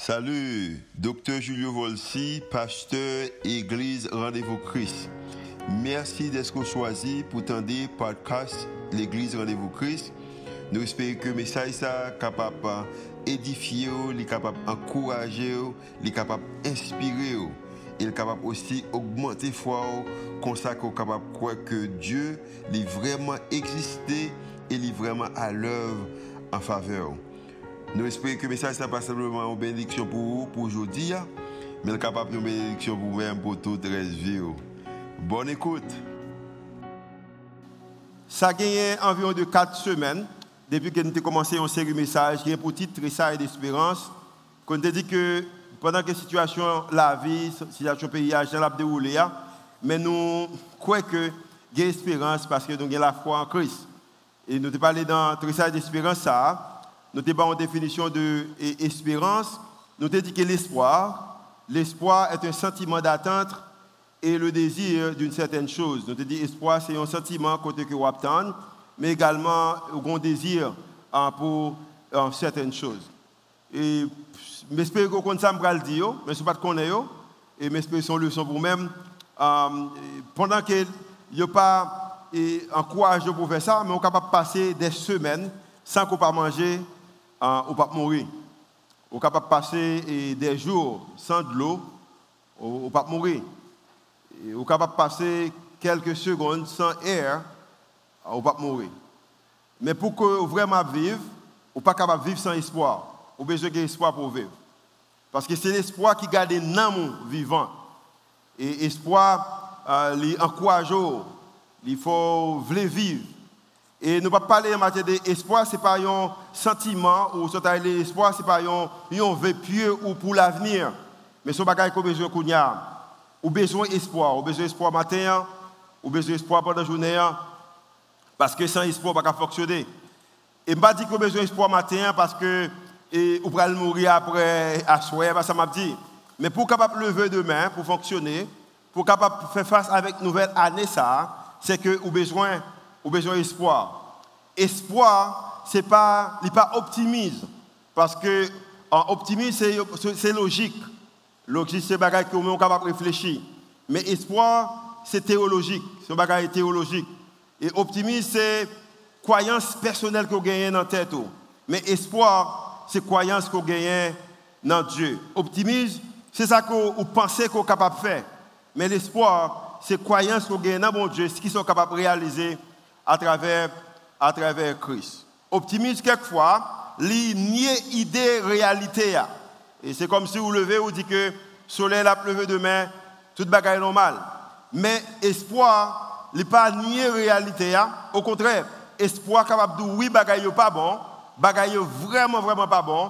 Salut, Docteur Julio Volsi, pasteur Église Rendez-vous Christ. Merci d'être choisi pour tendre podcast l'Église Rendez-vous Christ. Nous espérons que le message est capable d'édifier, capable d'encourager, capable d'inspirer. Il est capable aussi d'augmenter la foi, comme ça qu'on est capable de croire que Dieu est vraiment existé et est vraiment à l'œuvre en faveur. Nous espérons que le message n'est pas simplement une bénédiction pour vous, pour aujourd'hui, mais capable de une bénédiction pour vous-même, pour toute la vie. Bonne écoute. Ça a gagné environ de 4 semaines, depuis que nous avons commencé une série de messages, qui est pour titre Tressailles d'espérance, qu'on a dit que pendant que la situation, la vie, la situation pays a déroulé, mais nous croyons que il y a espérance parce que nous avons la foi en Christ. Et nous avons parlé dans Tressailles d'espérance, ça. Nous avons une définition d'espérance. Nous avons dit que l'espoir est un sentiment d'attente et le désir d'une certaine chose. Nous avons dit que l'espoir, c'est un sentiment côté que vous attendez, mais également un désir pour certaines choses. Et j'espère que vous connaissez ça, je le dire, mais je ne sais pas connaître, et j'espère que c'est une leçon pour vous-même. Pendant que il n'y a pas un courage pour faire ça, mais on est capable de passer des semaines sans qu'on pas manger ou pas mourir. On est capable de passer des jours sans de l'eau ou pas mourir. On est capable de passer quelques secondes sans air ou pas mourir. Mais pour que vous vraiment vivre, on n'est pas capable de vivre sans espoir. On a besoin d'espoir pour vivre. Parce que c'est l'espoir qui garde l'âme vivant. Et l'espoir, il encourage, il faut vivre. Et nous ne pouvons pas parler en matière d'espoir, ce n'est pas un sentiment, ou l'espoir, ce n'est pas un vœu pieux ou pour l'avenir. Mais c'est un bagage qu'on a besoin de faire. On a besoin d'espoir. On a besoin d'espoir matin, on a besoin d'espoir pendant la journée. Parce que sans espoir, on ne peut pas fonctionner. Et je ne pas dire qu'on a besoin d'espoir matin parce que on va mourir après à soir, ça m'a dit. Mais pour capable de lever demain, pour fonctionner, pour capable de faire face avec une nouvelle année, c'est que on a besoin d'espoir. Espoir, ce n'est pas optimisme. Parce que optimisme, c'est logique. Logique, c'est un bagage que nous sommes capables de réfléchir. Mais espoir, c'est théologique. C'est un bagage théologique. Et optimisme, c'est croyance personnelle qu'on gagne dans la tête. Mais espoir, c'est croyance qu'on gagne dans Dieu. Optimisme, c'est ça qu'on pense qu'on est capable de faire. Mais l'espoir, c'est croyance qu'on gagne dans mon Dieu, ce qu'ils sont capables de réaliser à travers Christ. Optimisme, quelquefois, il nie idée réalité. Et c'est comme si vous levez, vous dites que le soleil a levé demain, tout bagaille est normal. Mais espoir, il n'est pas nier réalité. Au contraire, espoir capable de dire oui, bagaille n'est pas bon, bagaille vraiment, vraiment pas bon.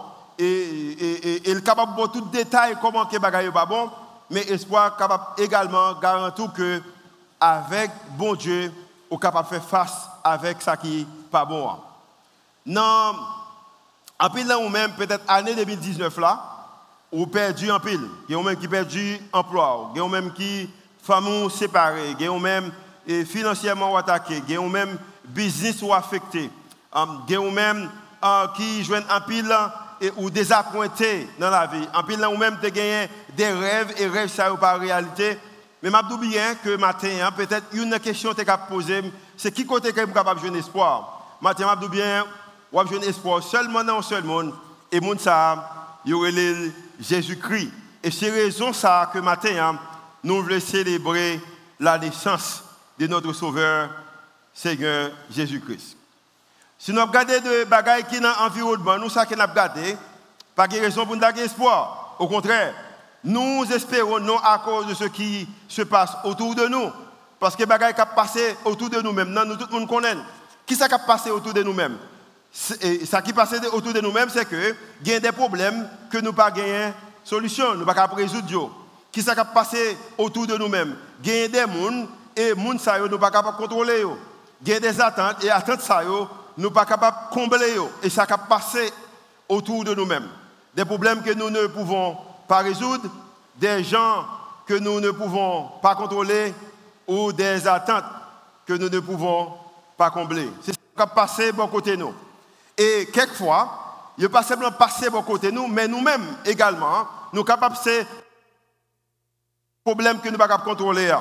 Et il est capable de tout détail comment que bagaille n'est pas bon. Mais espoir capable également garantir que avec bon Dieu, on est capable de faire face avec ça qui n'est pas bon. Non, en pile là, ou même peut-être année 2019 là, ou perdu en pile. Il y a même qui perdu emploi, il y a même qui famille séparée, il y a même financièrement attaqué, il y a même business ou affecté, il y a même qui joignent en pile ou désappointé dans la vie. En pile là, ou même tu gagné des rêves et rêves ça n'est pas réalité. Mais je dis bien que matin, peut-être une question que tu as posée, c'est qui côté que est capable de jouer espoir. Matin, je dis bien, on va jouer espoir seulement dans un seul monde. Et monde ça, il y aurait Jésus-Christ. Et c'est raison ça que matin, nous voulons célébrer la naissance de notre Sauveur, Seigneur Jésus-Christ. Si nous regardons des bagailles qui sont dans l'environnement, nous savons que nous regardons, pas de raison pour nous avoir espoir. Au contraire, nous espérons non à cause de ce qui se passe autour de nous. Parce que les bagailles qui passent autour de nous-mêmes, nous tout le monde connaît. Qui ça qui passe autour de nous-mêmes? Ce qui passe autour de nous-mêmes, c'est que il y a des problèmes que nous n'avons pas de solution, nous n'avons pas résoudre. Qui ça qui passe autour de nous-mêmes? Il y a des gens et les gens ça nous pas capable de contrôler. Il y a des attentes et attentes ça nous ne pas capable de combler. Et ça qui passe autour de nous-mêmes. Des problèmes que nous ne pouvons pas résoudre, des gens que nous ne pouvons pas contrôler ou des attentes que nous ne pouvons pas combler. C'est ce qui va passer de bon côté nous. Et quelquefois, il pas simplement passer de côté nous, mais nous-mêmes également, nous sommes capables de ces problèmes que nous ne pouvons pas contrôler.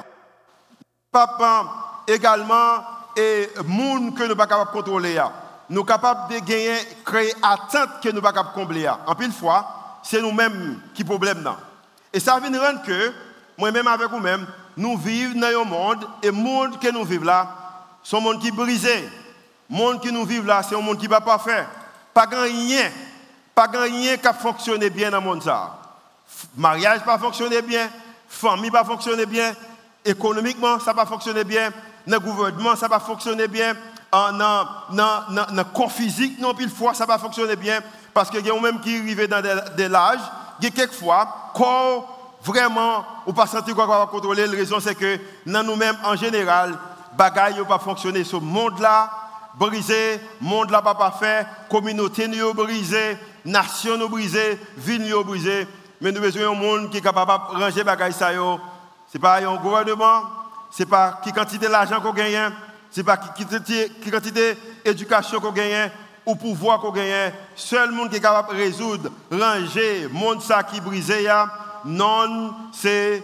Papa également, et monde que nous ne pouvons pas contrôler. Nous sommes capables de gagner, créer attente que nous ne pouvons pas combler. En pile fois, c'est nous-mêmes qui problème là. Et ça vient rendre que, moi-même avec vous-même, nous vivons dans un monde, et le monde que nous vivons là, c'est un monde qui est brisé. Le monde que nous vivons là, c'est un monde qui ne va pas faire. Pas rien qui fonctionne bien dans le monde. Mariage pas fonctionner bien, famille pas fonctionner bien, économiquement ça pas fonctionner bien, dans le gouvernement ça pas fonctionner bien, dans le corps physique non pile fois ça pas fonctionner bien, parce que il y a même qui arrivent dans des l'âge, il y a quelquefois corps vraiment ou pas sentir quoi va contrôler. La raison c'est que dans nous-mêmes en général bagaille yo pas fonctionner. Ce monde là brisé, monde là pas fait, communauté nous brisé, nation nous brisé, ville nous brisé, mais nous besoin d'un monde qui est capable de ranger bagaille ça yo. C'est pas un gouvernement, c'est pas qui quantité d'argent qu'on gagne, c'est pas qui quantité d'éducation qu'on gagne ou pouvoir qu'on gagne. Seul monde qui est capable de résoudre, ranger monde ça qui brisé ya, non c'est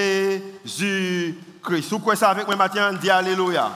Jésus-Christ. Vous croyez ça avec moi matin, dit alléluia.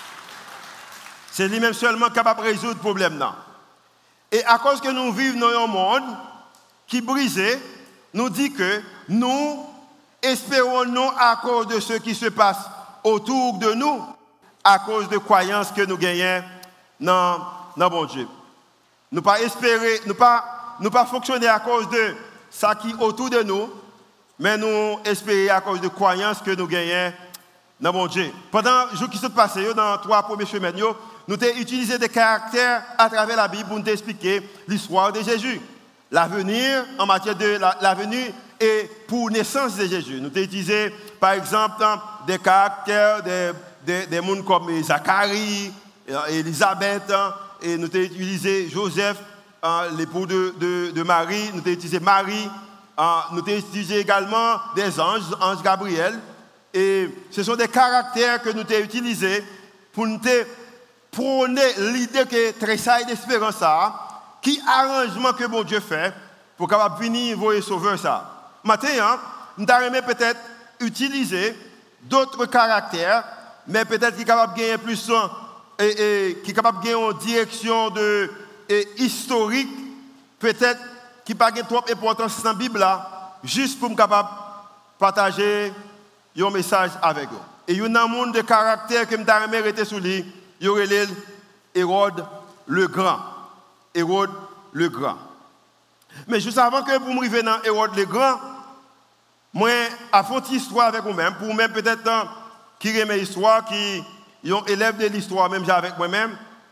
C'est lui-même seulement capable de résoudre le problème là. Et à cause que nous vivons dans un monde qui est brisé, nous dit que nous espérons non à cause de ce qui se passe autour de nous, à cause de croyances que nous gagnons dans bon Dieu. Nous pas espérer, nous pas fonctionner à cause de ça qui est autour de nous, mais nous espérer à cause de croyances que nous gagnons dans bon Dieu. Pendant les jours qui se passent, dans 3 premières semaines, nous avons utilisé des caractères à travers la Bible pour nous expliquer l'histoire de Jésus. L'avenir en matière de l'avenir et pour naissance de Jésus. Nous avons utilisé par exemple des caractères des mondes comme Zacharie, Élisabeth, et nous avons utilisé Joseph, l'époux de Marie, nous avons utilisé Marie, nous avons utilisé également des anges, ange Gabriel. Et ce sont des caractères que nous avons utilisés pour nous prôner l'idée que tressaille d'espérance ça, qui arrangement que bon Dieu fait pour capable venir voir sauveur ça. Maintenant, nous allons peut-être utiliser d'autres caractères, mais peut-être qui est capable de gagner plus et qui est capable de gagner une direction historique, peut-être qui n'a pas trop d'importance dans la Bible là, juste pour me capable de partager un message avec eux. Et il y a un monde de caractères que nous allons arrêter sur lui. Il y aurait Hérode le Grand. Hérode le Grand. Mais juste avant que vous m'arriviez dans Hérode le Grand, moi, à fond histoire avec vous-même, pour vous-même peut-être qui remet l'histoire, qui sont élèves de l'histoire, même avec moi-même,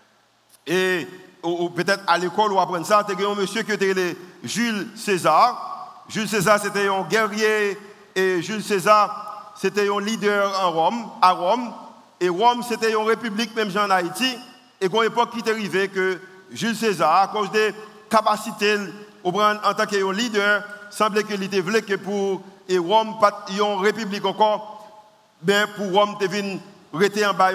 et ou peut-être à l'école ou apprendre ça, il y a un monsieur qui était Jules César. Jules César, c'était un guerrier, et Jules César, c'était un leader à Rome. Et Rome, c'était une république, même en Haïti. Et qu'à l'époque, qui est arrivé que Jules César, à cause des capacités, en tant que leader, semblait qu'il était voulu que pour Rome, une république encore, ben pour Rome, tu viens rester en bas,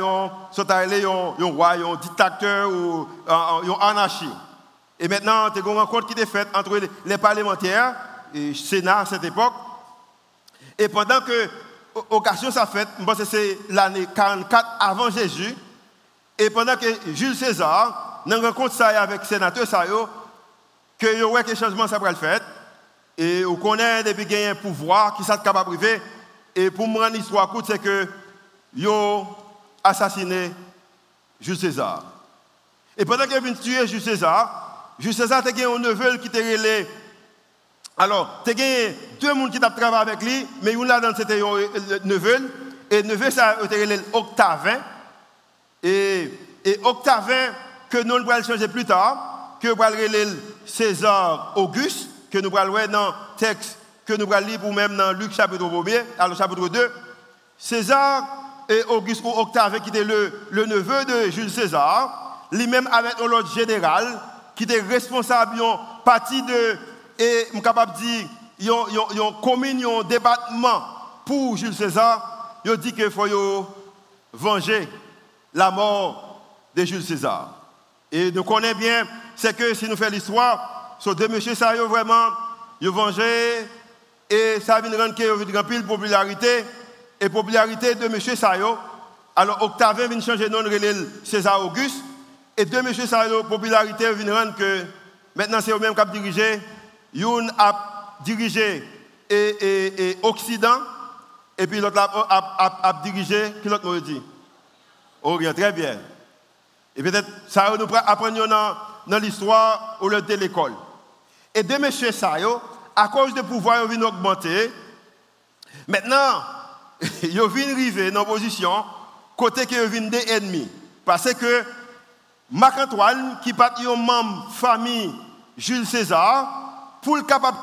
un roi, un dictateur ou un anarchie. Et maintenant, tu as une rencontre qui était faite entre les parlementaires et le Sénat à cette époque. Et pendant que l'occasion s'est faite, je pense que c'est l'année 44 avant Jésus, et pendant que Jules César, dans une rencontre ça avec le sénateur, que il y a un changement ça va le faire, et on connaît depuis qu'il y a un pouvoir qui s'est capable de priver, et pour me rendre l'histoire courte, c'est que ils ont assassiné Jules César. Et pendant qu'ils viennent tuer Jules César a eu un neveu qui était relé. Alors, tu as deux personnes qui travaillé avec lui, mais une là-dedans c'était un neveu, et le neveu ça a été relé Octavin. Et Octavin, que nous allons changer plus tard, que nous allons relé César Auguste, que nous allons voir dans le texte que nous allons lire pour même dans Luc chapitre 1er, alors chapitre 2. César et Auguste ou Octavin, qui était le neveu de Jules César, lui-même avec l'autre général, qui était responsable d'une partie de, et je suis capable de dire, il y a une communion, un débattement pour Jules César, il dit qu'il faut venger la mort de Jules César. Et nous connaissons bien c'est que si nous faisons l'histoire, sur deux messieurs, ça y est vraiment, ils vengé, et ça vient rendre qu'il y a une grande popularité, et popularité de messieurs Sayo. Alors Octavien vient changer de nom de César Auguste, et deux messieurs Sayo, popularité vient rendre que maintenant c'est eux-mêmes qui ont dirigé, une a dirigé et Occident, et puis l'autre a dirigé, qui l'autre me dit? Orient, très bien. Et peut-être ça nous apprendre dans l'histoire au lieu de l'école. Et deux messieurs Sayo, à cause de pouvoir, ils viennent augmenter. Maintenant, ils viennent arriver dans une position côté qu'ils viennent des ennemis. Parce que Marc-Antoine, qui est un membre de la famille Jules César, pour le capable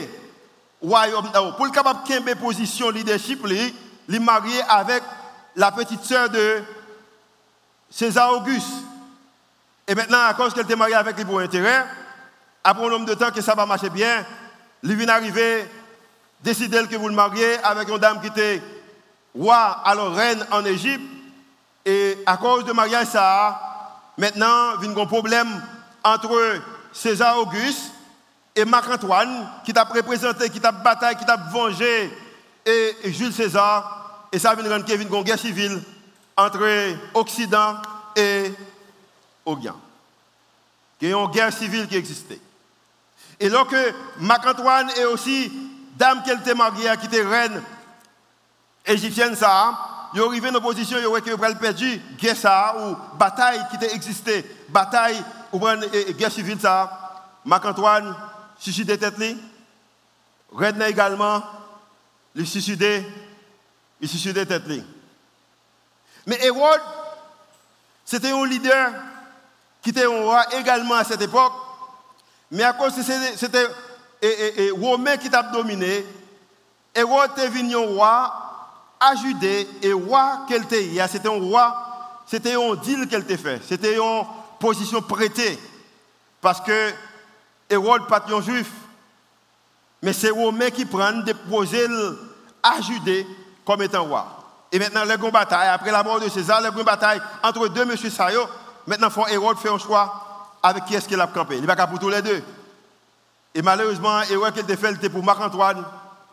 de position leadership, il est marié avec la petite sœur de César Auguste. Et maintenant, à cause qu'elle était mariée avec lui pour intérêt, après un nombre de temps que ça va marcher bien, il vient arriver, décider que vous le mariez avec une dame qui était roi, alors reine en Égypte. Et à cause de mariage, ça, maintenant, il y a un problème entre César Auguste et Marc-Antoine, qui t'a représenté, qui t'a bataillé, qui t'a vengé, et Jules César. Et ça vient rendre qu'il y a une guerre civile entre Occident et Orient. Il y a une guerre civile qui existait. Et lorsque Marc-Antoine et aussi dame qu'elle était mariée, qui était reine égyptienne, ça, ils sont arrivés dans une position où ils ont perdu guerre ça, ou bataille qui existait, bataille ou guerre civile ça. Marc-Antoine suicidé tête li, reine également, il suicidé tête li. Mais Hérode, c'était un leader qui était un roi également à cette époque, mais à cause que c'était Romain qui t'a dominé, Hérode était venu un roi à Judée, et roi qu'elle était, c'était un roi, c'était un deal qu'elle était fait, c'était une position prêtée, parce que Hérode pas un juif, mais c'est Romain qui prend déposer à Judée comme étant roi. Et maintenant, les grandes batailles, après la mort de César, les grandes batailles entre deux messieurs Sayo, maintenant, Hérode fait un choix avec qui est-ce qu'il a campé. Il va pas pour tous les deux. Et malheureusement, Hérode qu'il a fait, c'était pour Marc-Antoine.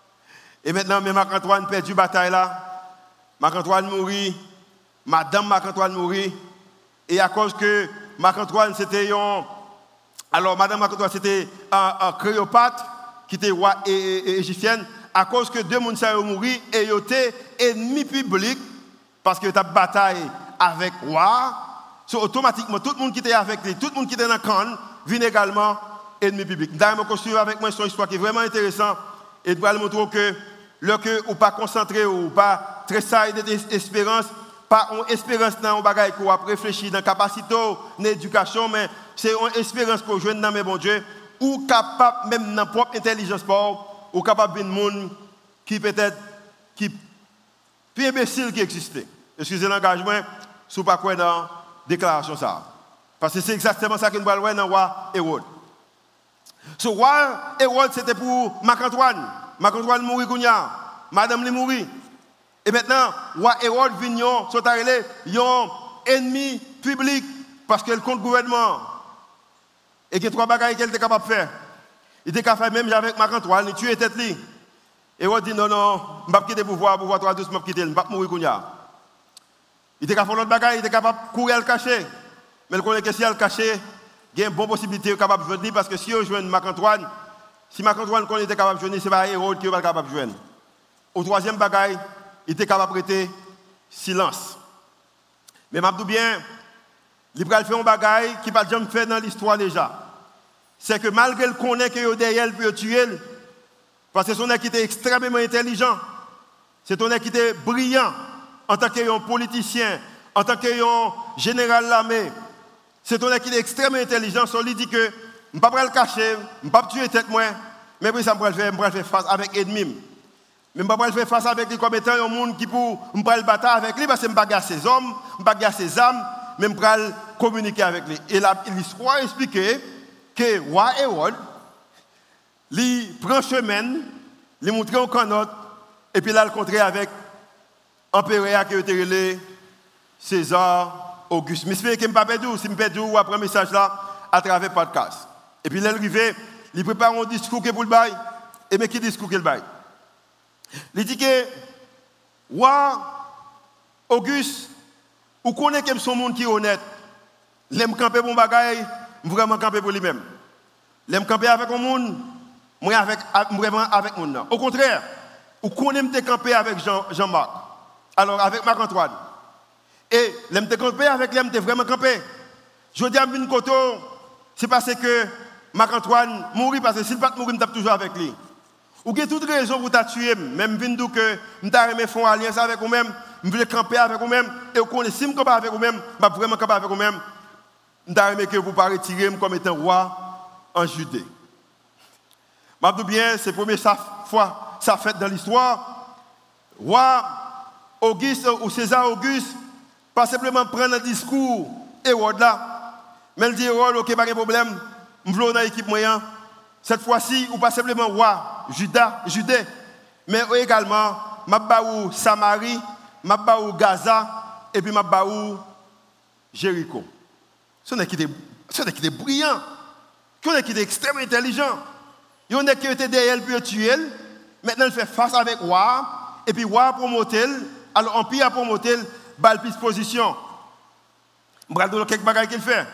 Et maintenant, Marc-Antoine perd la bataille là. Marc-Antoine mourit, madame Marc-Antoine mourit. Et à cause que Marc-Antoine, c'était un... Alors, madame Marc-Antoine, c'était un Cléopâtre, qui était roi égyptienne. À cause que deux personnes sont morts et ils étaient ennemis publics parce qu'ils étaient en bataille avec le roi. So, automatiquement, tout le monde qui était avec lui, tout le monde qui était dans le camp, vient également ennemi public. D'ailleurs, je suis avec moi sur une histoire qui est vraiment intéressante et je vais vous montrer que lorsque vous pas concentré ou pas très sage d'espérance, pas une espérance dans un bagage qu'on a réfléchi dans la capacité, dans l'éducation, mais c'est une espérance qu'on joue dans mes bons Dieu ou capable même dans la propre intelligence ou capable de monde qui peut-être qui plus imbécile qui existait. Excusez l'engagement, sous pas quoi dans la déclaration ça. Parce que c'est exactement ça que nous allons voir dans le roi Hérode. Ce roi Hérode, c'était pour Marc-Antoine. Marc-Antoine mourit, madame lui mourit. Et maintenant, roi Hérode vient, sont arrivés, ils ont ennemi public parce qu'il compte gouvernement. Et il y a trois bagages qu'il était capable de faire. Il était capable même avec Marc-Antoine, il tuait tête li. Hérode dit non, je ne vais pas quitter le pouvoir toi tous, je ne vais pas quitter, je ne vais pas mourir. Il était capable de faire l'autre bagaille, il était capable de courir à le cacher. Mais il connaît que si elle le cacher, il y a une bonne possibilité capable de jouer parce que si on joue Marc-Antoine, si Marc-Antoine était capable de jouer, ce n'est pas Hérode qui est capable de jouer. Au troisième bagaille, il était capable de prêter silence. Mais je dis bien, il va faire un bagaille qui n'a pas jamais fait dans l'histoire déjà. C'est que malgré le connaît qu'il y a derrière pour tuer, parce que c'est un qui était extrêmement intelligent, c'est un qui était brillant en tant que politicien, en tant que général de l'armée. C'est un qui est extrêmement intelligent, so il dit que je ne vais pas le cacher, je ne vais pas tuer tête moi, mais puis ça me faire face avec ennemi. Mais je ne vais pas le faire face avec lui comme étant un monde qui pour me le battre avec lui parce que je ne vais pas ses hommes, je ne vais pas ses âmes, mais je vais communiquer avec lui. Et l'histoire explique que roi Hérode, il prend chemin, il montre un canot, et puis là, il rencontre avec l'empereur qui a été César Auguste. Mais j'espère que je ne vais pas perdre, si je perds ou après le message là, à travers le podcast. Et puis, l'arrivée, il prépare un discours pour le bail. Et mais qui discours qu'il bail? Il dit que, roi Auguste, ou connaît que son monde qui est honnête, l'aime camper pour bagaille, vraiment camper pour lui-même. L'aime camper avec un monde, moi vraiment avec mon nom. Au contraire, ou connaît me camper avec Jean-Marc. Alors avec Marc-Antoine. Et l'aime camper avec l'aime vraiment camper. Je dis à une côté, c'est parce que Marc-Antoine mourit parce que s'il pas mourir, je tape toujours avec lui. Ou que toute raison pour tuer, même vindou que je font alliance avec vous-même, je veux camper avec vous-même, et vous connaissez, si je campe avec vous-même, je vais vraiment camper avec vous-même, je que vous ne pas retirer comme étant roi en Judée. Je dis bien, c'est la première fois ça fait dans l'histoire. Roi Auguste ou César Auguste, pas simplement prendre un discours, Hérode là, mais il dit Hérode, ok, pas de problème, je veux dans l'équipe moyen. Cette fois-ci, ou pas simplement roi, Judée, mais également, Mabbaou Samarie, Mabbaou Gaza, et puis Mabbaou Jéricho. Ce n'est qui était brillant, ce n'est qui était extrêmement intelligent. Il y en a qui étaient derrière le pour tuer, maintenant il fait face avec roi, et puis roi promotel, alors empire a promotel, balle plus position. Je vais vous dire quelques bagages qu'il fait.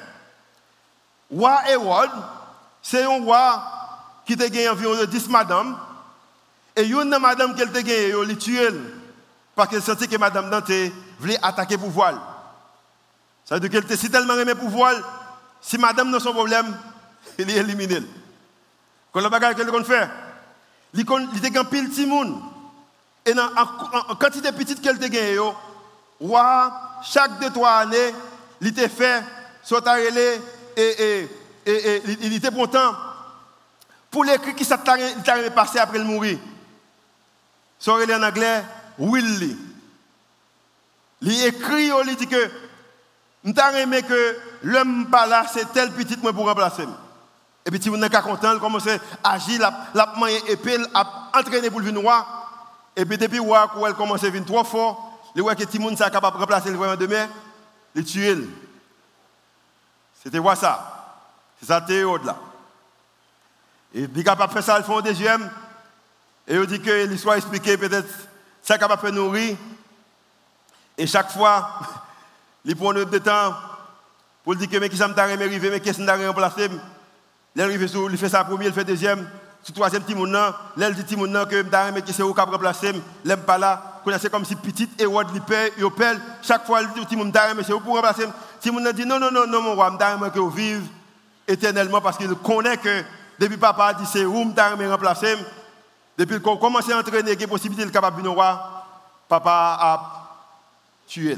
Roi Hérode, c'est un roi qui a gagné environ 10 madames. Et une madame qui a gagné, elle l'a tué. Parce qu'elle sentait que madame Dante voulait attaquer pour voile. Ça veut dire qu'elle était tellement aimée pour voile, si madame n'a son problème, elle est éliminée. Quand le bagage qu'elle fait, il a gagné pile de monde. Et en quantité petite qu'elle a gagné, roi, chaque 2-3 années, il était fait, sauter et il était content pour l'écrit qui s'est passé après le mourir. Soit en anglais, Willy. Il écrit, il dit que je aimé que l'homme pas là, c'est tel petit moi pour remplacer. Et puis si vous n'êtes pas content, il commence à agir, la main épée, à entraîner pour le venir roi. Et puis depuis roi, quand elle commence à venir trop fort, le roi que Timoun est capable de remplacer le roi demain, il tue. C'était roi ça. C'est ça Théode là. Et puis capable de faire ça, il fait un deuxième. Et il dit que l'histoire expliquée peut-être ça capable de faire nourrir. Et chaque fois, il prend un peu de temps pour dire que mais qui ça m'est arrivé, mais qu'est-ce qui m'a remplacé. Il fait ça premier, il fait deuxième. Sur troisième Timoun, il dit Timoun que m'arrêté qui c'est au cap remplacé, l'aime pas là. C'est comme si petit Hérode il pèle. Chaque fois il dit Timoun mais c'est pour remplacer. Timoun dit non mon roi, m'arrêté que vous vivez éternellement parce qu'il connaît que depuis papa a dit c'est où m'arrêté remplacer. Depuis qu'on commence à entraîner, il y a possibilité de capable de roi, papa a tué.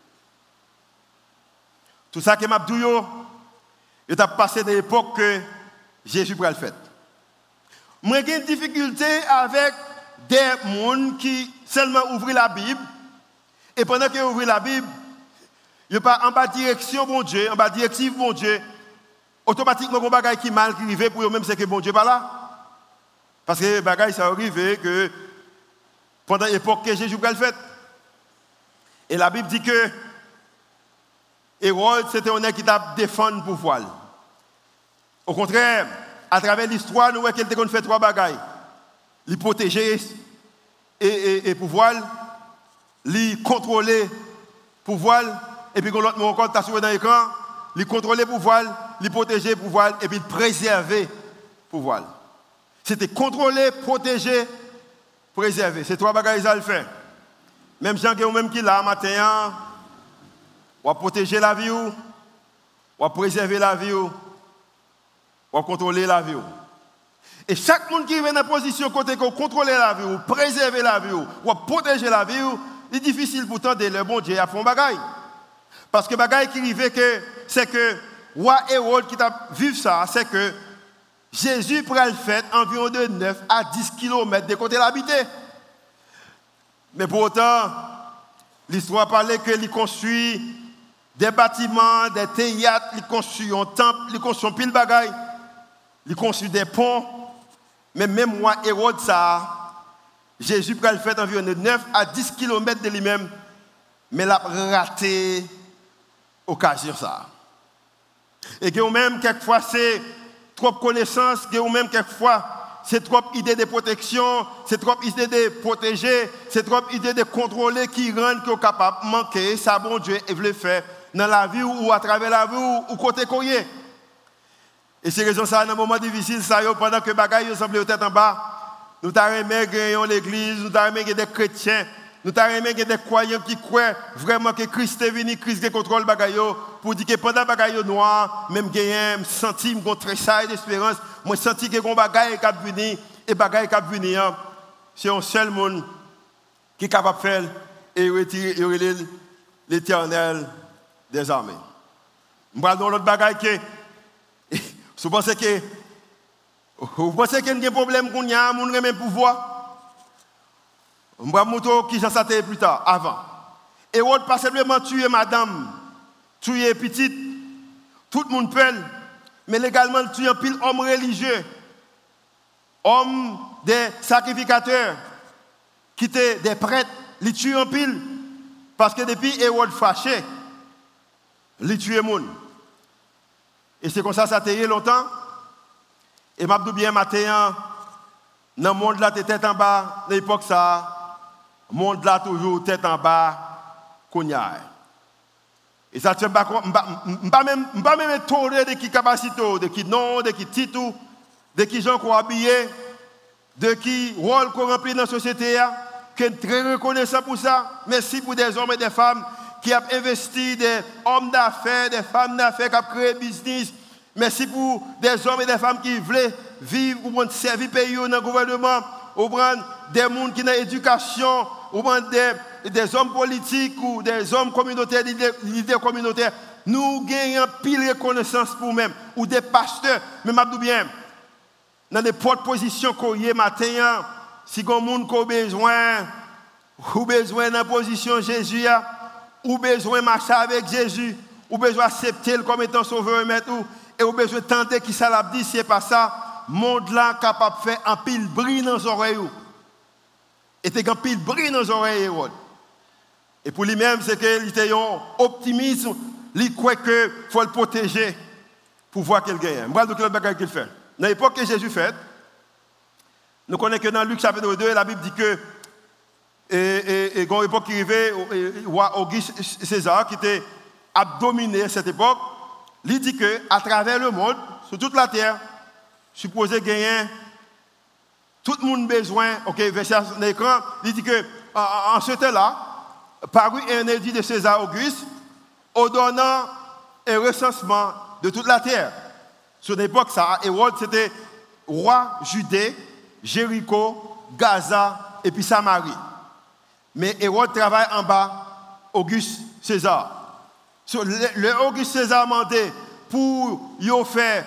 Tout ça que m'a dit, il a passé des époques que Jésus a fait. Moi, j'ai une difficulté avec des gens qui seulement ouvrent la Bible, et pendant qu'ils ouvrent la Bible, ils ne sont pas en bas direction, bon Dieu, en bas directive, bon Dieu, automatiquement, il y a des choses qui mal arrivent pour eux-mêmes, c'est que bon Dieu n'est pas là. Parce que les bagages, ça arrive que pendant l'époque que Jésus a fait. Et la Bible dit que Hérode, c'était un homme qui t'a défendu pour voile. Au contraire, à travers l'histoire, nous voyons qu'il a fait 3 bagages. Il protéger et pour voile, il contrôler pour voile, et puis quand l'autre mot encore, tu as soulevé dans l'écran, il contrôler pour voile, il protéger pour voile, et puis préserver pour voile. C'était contrôler, protéger, préserver. C'est 3 bagages à le faire. Même gens qui là matin, on va protéger la vie, on va préserver la vie, on va contrôler la vie. Et chaque monde qui est dans la position côté qu'on contrôle la vie, ou préserver la vie, ou protéger la vie, c'est difficile pourtant de le bon Dieu à fond bagaille. Parce que bagaille qui arrive c'est que roi Hérode qui t'a vu ça, c'est que Jésus pourrait le faire environ de 9 à 10 km de côté l'habité. Mais pour autant, l'histoire parlait qu'il construit des bâtiments, des théâtres, il construit un temple, il construit un pile bagaille, il construit des ponts. Mais même moi, Hérode, ça, Jésus pourrait le faire environ de 9 à 10 km de lui-même, mais il a raté l'occasion ça. Et que même quelquefois c'est trop connaissance, que même quelquefois c'est trop idée de protection, c'est trop idée de protéger, c'est trop idée de contrôler qui rendent que capable de manquer ça bon Dieu et veut faire dans la vie ou à travers la vie ou côté courrier. Et c'est raison ça dans un moment difficile ça pendant que bagaille semble tête en bas, nous t'arrêtons gagner l'église, nous t'arrêtons des chrétiens, nous t'arrêtons des croyants qui croient vraiment que Christ est venu, Christ qui contrôle bagaille pour dire que pendant bagaille noir, même gagner senti mon tressail d'espérance, moi senti que gon bagaille qui venir et bagaille qui venir, c'est un seul monde qui est capable de faire et retirer l'Éternel des armées. On va dans l'autre bagaille que vous pensez qu'il y a un problème qu'on y a, on a même pouvoir. On va montrer qui ça été plus tard, avant. Et on pas simplement tuer madame, tuer petite, tout le monde peut, mais légalement tuer un pile homme religieux, homme des sacrificateurs, qui étaient des prêtres, les tuer en pile. Parce que depuis Hérode fâché, les tuer monde. Et c'est comme ça a été longtemps. Et m'a dit bien matin, dans le monde là, tête en bas, à l'époque ça, le monde là toujours tête en bas, cognac. Et ça ne pas même étonné de qui capacité, de qui nom, de qui titre, de qui gens qu'on habillé, de qui rôle qu'on remplit dans la société, qui est très reconnaissant pour ça. Merci pour des hommes et des femmes qui ont investi, des hommes d'affaires, des femmes d'affaires qui ont créé business. Merci pour des hommes et des femmes qui veulent vivre ou servir le pays dans le gouvernement, ou des gens qui ont l'éducation, ou des hommes politiques ou des hommes communautaires, des leaders communautaires. Nous gagnons pile de reconnaissance pour nous-mêmes, ou des pasteurs. Mais je dis bien, dans les positions qu'on y a matin, si vous avez besoin, ou besoin dans la position de Jésus, ou besoin de marcher avec Jésus, ou besoin d'accepter comme étant sauveur et maître, et ou besoin de tenter qui ça l'a dit, si ce n'est pas ça, le monde là capable de faire un pile bris dans les oreilles. Et c'est un pile bris dans les oreilles. Et pour lui-même, c'est qu'il était un optimisme, il croit qu'il faut le protéger pour voir qu'il gagne. Voilà le bagage qu'il fait. Dans l'époque que Jésus fait, nous connaissons que dans Luc chapitre 2, la Bible dit que et dans l'époque qui arrivait, le roi Auguste César, qui était à dominer cette époque, il dit qu'à travers le monde, sur toute la terre, supposé gagner tout le monde besoin, ok, verset sur l'écran, il dit que en ce temps-là, parut un édit de César Auguste, ordonnant un recensement de toute la terre. Sur l'époque, ça, Hérode, c'était roi Judée, Jéricho, Gaza et puis Samarie. Mais Hérode travaille en bas, Auguste César. Le Auguste César a demandé pour y faire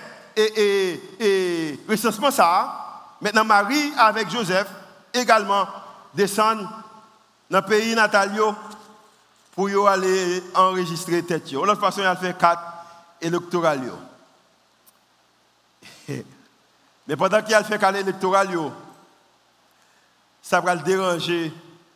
et recensement ça. Maintenant, Marie avec Joseph également descendent dans le pays natal pour y aller enregistrer tête. De l'autre façon, il a fait 4 électorales. Mais pendant qu'il a fait 4 électorales, ça va le déranger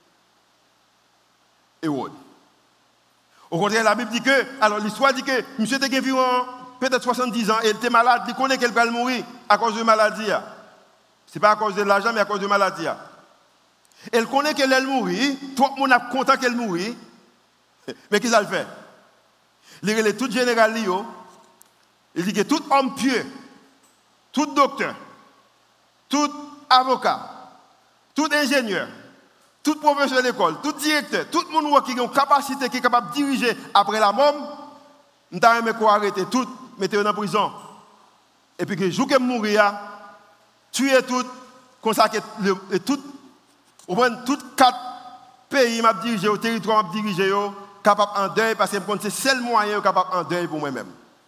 Hérode. Au contraire, la Bible dit que, alors l'histoire dit que monsieur était environ peut-être 70 ans et il était malade, il connaît qu'elle va mourir à cause de maladie. Ce n'est pas à cause de l'argent, mais à cause de maladie. Elle connaît qu'elle est mourir, tout le monde est content qu'elle mourir. Mais qu'est-ce qu'elle fait? Il est tout général, il dit que tout homme pieux, tout docteur, tout avocat, tout ingénieur, tout professeur de l'école, tout directeur, tout le monde qui a une capacité, qui est capable de diriger après la mort, nous avons arrêter tout, mettez-le en prison. Et puis que le jour que mourir, tuer tout, consacrer tout, tout 4 pays m'a dirigé, au territoire m'a dirigé, capable en deuil, parce que c'est le seul moyen capable en deuil pour moi-même.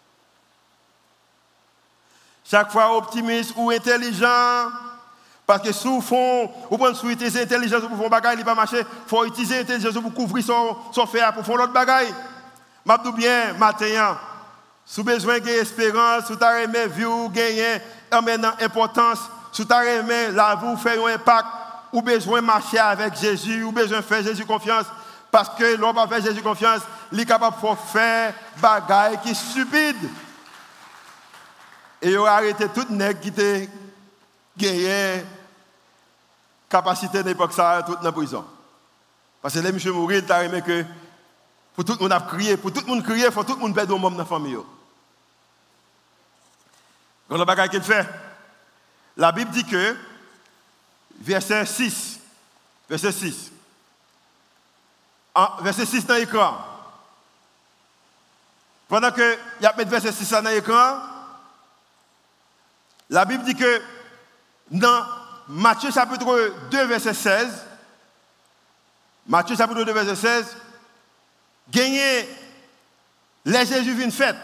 Chaque fois optimiste ou intelligent, parce que sous fond, ou prendre sous utiliser l'intelligence pour faire bagaille, il va marcher, il faut utiliser l'intelligence pour couvrir son fer, pour faire l'autre bagaille. Je dis bien, matin, sous besoin d'espérance, sous ta aimé vie, gagner, amener importance, sous ta aimé la vie, faire un impact, ou besoin de marcher avec Jésus, ou besoin de faire Jésus confiance, parce que l'on va faire Jésus confiance, il est capable de faire bagaille qui est stupide. Et ils ont arrêté tout le nègre qui était gagné capacité d'époque ça, tout dans la prison. Parce que les monsieur mourir, il t'a aimé que pour tout le monde a crié, pour tout le monde crier, il faut tout le monde perdre un membre dans la famille. Quand le bagage qu'il fait, la Bible dit que, verset 6, verset 6 dans l'écran, pendant que il y a mis verset 6 dans l'écran, la Bible dit que dans Matthieu chapitre 2, verset 16, Matthieu chapitre 2, verset 16, gagner les Jésus vient fête.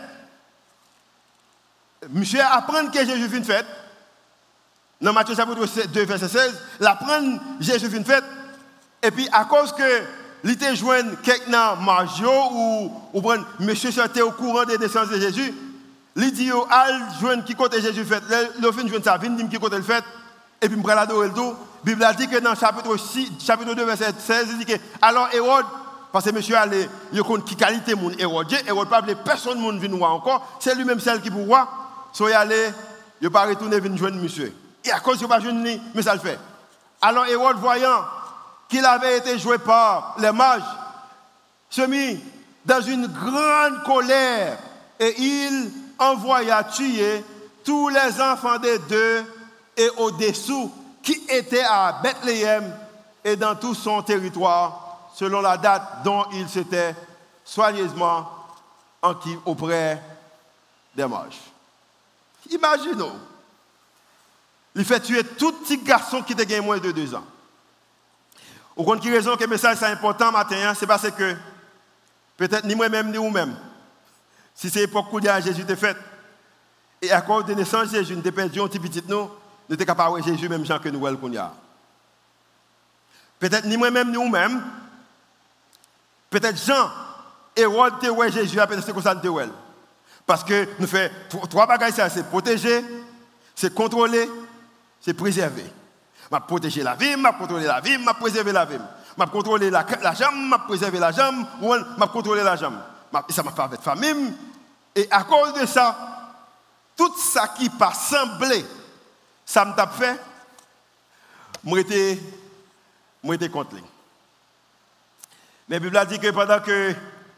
Monsieur apprend que Jésus vient fête. Dans Matthieu chapitre 2, verset 16, l'apprendre Jésus vient fête. Et puis à cause que l'été joint quelqu'un Margio ou monsieur sortait au courant des naissances de Jésus, il dit al joindre qui côté Jésus fait, le fin joindre ça, vinn dit qui côté le fait et puis me prend l'adorer le tout. Bible a dit que dans chapitre 2 verset 16, il dit que alors Hérode parce que monsieur allait il compte qui qualité mon Hérode pas appeler personne monde venir voir encore, c'est lui-même celle qui pour voir, so y aller, il pas retourner venir joindre monsieur. Et à cause il pas joindre lui, mais ça le fait. Alors Hérode voyant qu'il avait été joué par les mages se mit dans une grande colère et il envoya tuer tous les enfants des deux et au-dessous qui étaient à Bethléem et dans tout son territoire, selon la date dont il s'était soigneusement enquis auprès des mages. Imaginons, il fait tuer tout petit garçon qui était moins de 2 ans. Au compte qui raison que le message est important matin, c'est parce que peut-être ni moi-même ni vous-même, si c'est l'époque où Jésus était fait, et à cause de naissance de Jésus, nous avons perdu un petit petit nous sommes capables de Jésus même Jean que nous voyons qu'on y a. Peut-être ni moi-même ni vous-même, peut-être Jean, Hérode te voit Jésus, peut-être c'est comme ça nous te voit. Parce que nous faisons 3 bagages, c'est protéger, c'est contrôler, c'est préserver. Je protéger la vie, je contrôler la vie, je préserver la vie. Je contrôler la jambe, je préserver la jambe, ou je contrôler la jambe. Et ça m'a fait avec la famille. Et à cause de ça, tout ça qui pas semblé, ça m'a fait, moi j'étais contre lui. Mais la Bible a dit que pendant que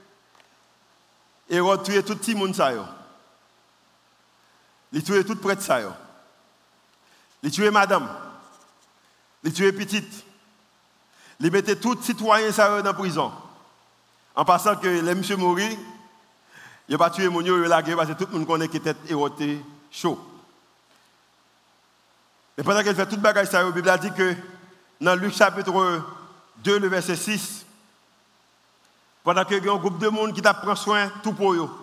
Hérode tuait tout le monde, il tuait tout prêtre, il tuait madame. Il tuait petite. Il mettait tout citoyen dans la prison. En passant que les monsieur mourir, il n'a pas tué mon il a lagué parce que tout le monde connaît qu'il était Hérode chaud. Mais pendant qu'il fait toute bagage, la Bible a dit que dans Luc chapitre 2, le verset 6, pendant qu'il y a un groupe de monde qui t'a pris soin tout pour eux,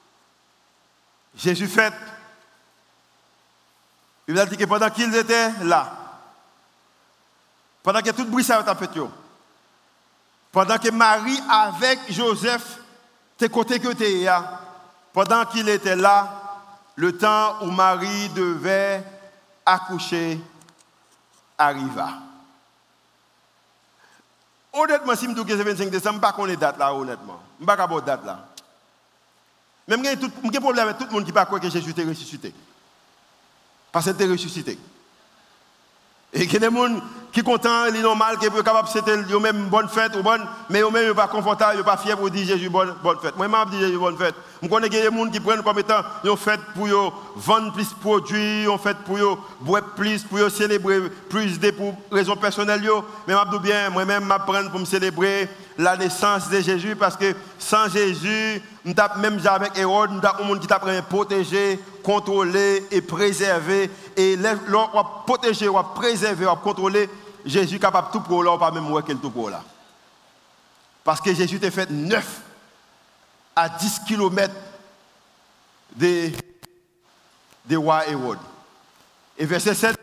Jésus fait. La Bible a dit que pendant qu'ils étaient là, pendant que tout bruit ça a fait, pendant que Marie avec Joseph, tes côtés que tu es là, pendant qu'il était là, le temps où Marie devait accoucher arriva. Honnêtement, si je dis que c'est 25 décembre, je ne sais pas qu'on est date là, honnêtement. Je ne sais pas qu'on est date là. Même j'ai un problème avec tout le monde qui ne croit que Jésus est ressuscité. Parce qu'il est ressuscité. Et il y a des gens qui sont contents, ils sont normal, qui sont capables de faire même bonne fête, mais ils ne sont pas confortables, ils ne sont pas fiers pour dire Jésus bonne fête. Moi, je dis Jésus bonne fête. Je connais des gens qui prennent comme étant une fête pour vendre plus de produits, une fête pour boire plus, pour célébrer plus pour raisons personnelles. Mais je dis bien, moi-même, je prends pour me célébrer la naissance de Jésus parce que sans Jésus, même avec Hérode, nous avons un monde qui t'a protéger, contrôler et préserver. Et l'on va protéger, on va préserver, on va contrôler. Jésus est capable de tout pour là, on ne peut pas même voir qu'il tout pour là. Parce que Jésus t'a fait 9 à 10 km de roi Hérode. Et verset 7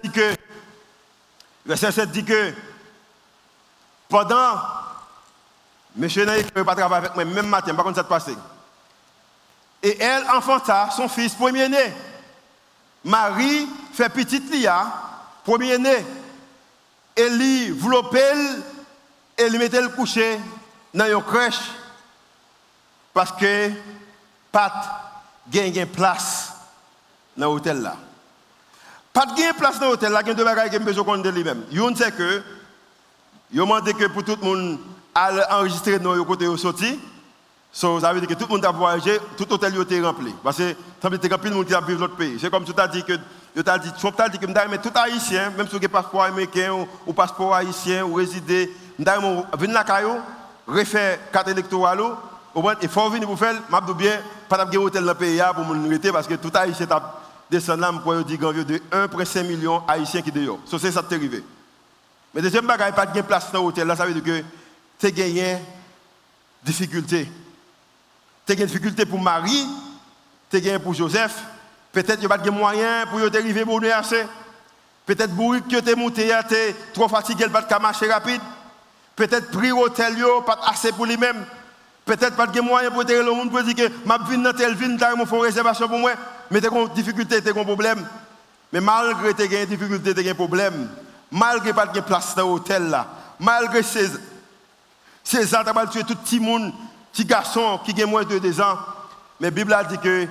dit que pendant, monsieur n'a pas travaillé avec moi, même matin, par contre ça te passe. Et elle enfanta son fils premier-né. Marie fait petite Lia, premier-né. Elle lui enveloppait et lui mettait le coucher dans une crèche parce que pas gagne place dans l'hôtel là. Pas de place dans l'hôtel là, il y a deux bagages qui ont besoin de lui-même. Yon c'est que, yon demandé que pour tout le monde enregistrer dans le côté où sorti. So, ça veut dire que tout le monde a voyagé, tout l'hôtel est rempli. Parce que ça veut dire que tout le monde qui a vécu dans l'autre pays. C'est comme tu as dit que, tu as dit que mais tout haïtien, même si vous avez un passeport américain ou passeport haïtien ou résider, venir la caillou, refaire carte électorale, il faut venir pour faire, je dis bien, pas de hôtel dans le pays pour nous arrêter parce que tout haïtien descend là, je dis de 1,5 million haïtiens qui dehors. So, c'est ça qui est arrivé. Mais deuxième bagage, pas de place dans l'hôtel là, ça veut dire que tu as gagné difficulté. Tu as une difficulté pour Marie, tu as gagné pour Joseph. Peut-être qu'il n'y a pas de moyens pour y arriver pour nous assez. Peut-être bourrique que tu es monté, tu es trop fatigué, pas de marcher rapide. Peut-être prix hôtel, pas assez pour lui-même. Peut-être pas de moyens pour te le monde pour dire que ma vie dans telle ville, tu as une réservation pour moi. Mais tu as une difficulté, tu as un problème. Mais malgré tes difficultés, tu as un problème. Malgré pas de place dans l'hôtel là. Malgré ces ans, tu as tué tout petit monde. Petit garçon qui a moins de 2 ans, mais la Bible a dit que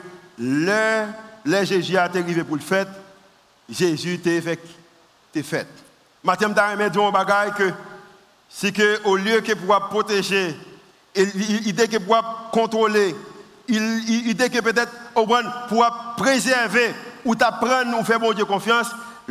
le Jésus a arrivé pour le fait, Jésus t'a fait. Maintenant, je vais dire un bagage que c'est qu'au lieu de pouvoir protéger, l'idée que pouvoir contrôler, l'idée que peut-être pouvoir préserver ou t'apprendre ou faire bon Dieu confiance,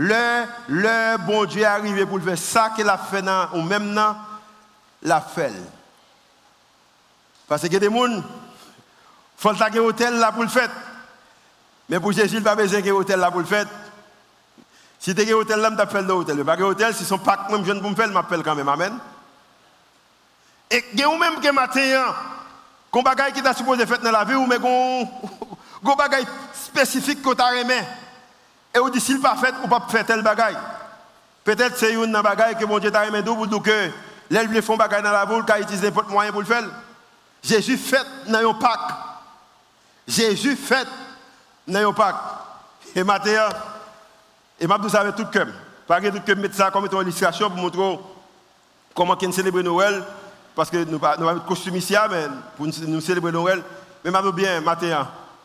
le bon Dieu est arrivé pour le faire. Ça qu'il a fait ou même dans la fait. Parce que des gens, il faut un hôtel là pour le faire. Mais pour Jésus, il n'y a pas besoin d'un hôtel là pour le faire. Si tu as un hôtel là, tu as fait l'hôtel. Le bagage hôtel, si son pack, même jeune pour me faire, je m'appelle quand même. Amen. Et il y a même que matin, qu'on bagage qui t'a supposé faire dans la vie, ou mais qu'on bagage spécifique que tu as aimé. Et on dit, s'il pas fait, ou pas faire tel bagage. Peut-être c'est une bagage que mon Dieu t'a aimé d'où, pour que les font bagage dans la boule, qu'il utilise n'importe moyen pour le faire. Jésus fait dans un Pâques. Jésus fait dans un Pâques. Et maintenant, et maintenant vous savez tout le cœur. Pas que tout le mettre ça comme une illustration pour montrer comment on célèbre Noël. Parce que nous n'avons pas de costume ici, mais pour nous célébrer Noël. Mais maintenant bien, maintenant,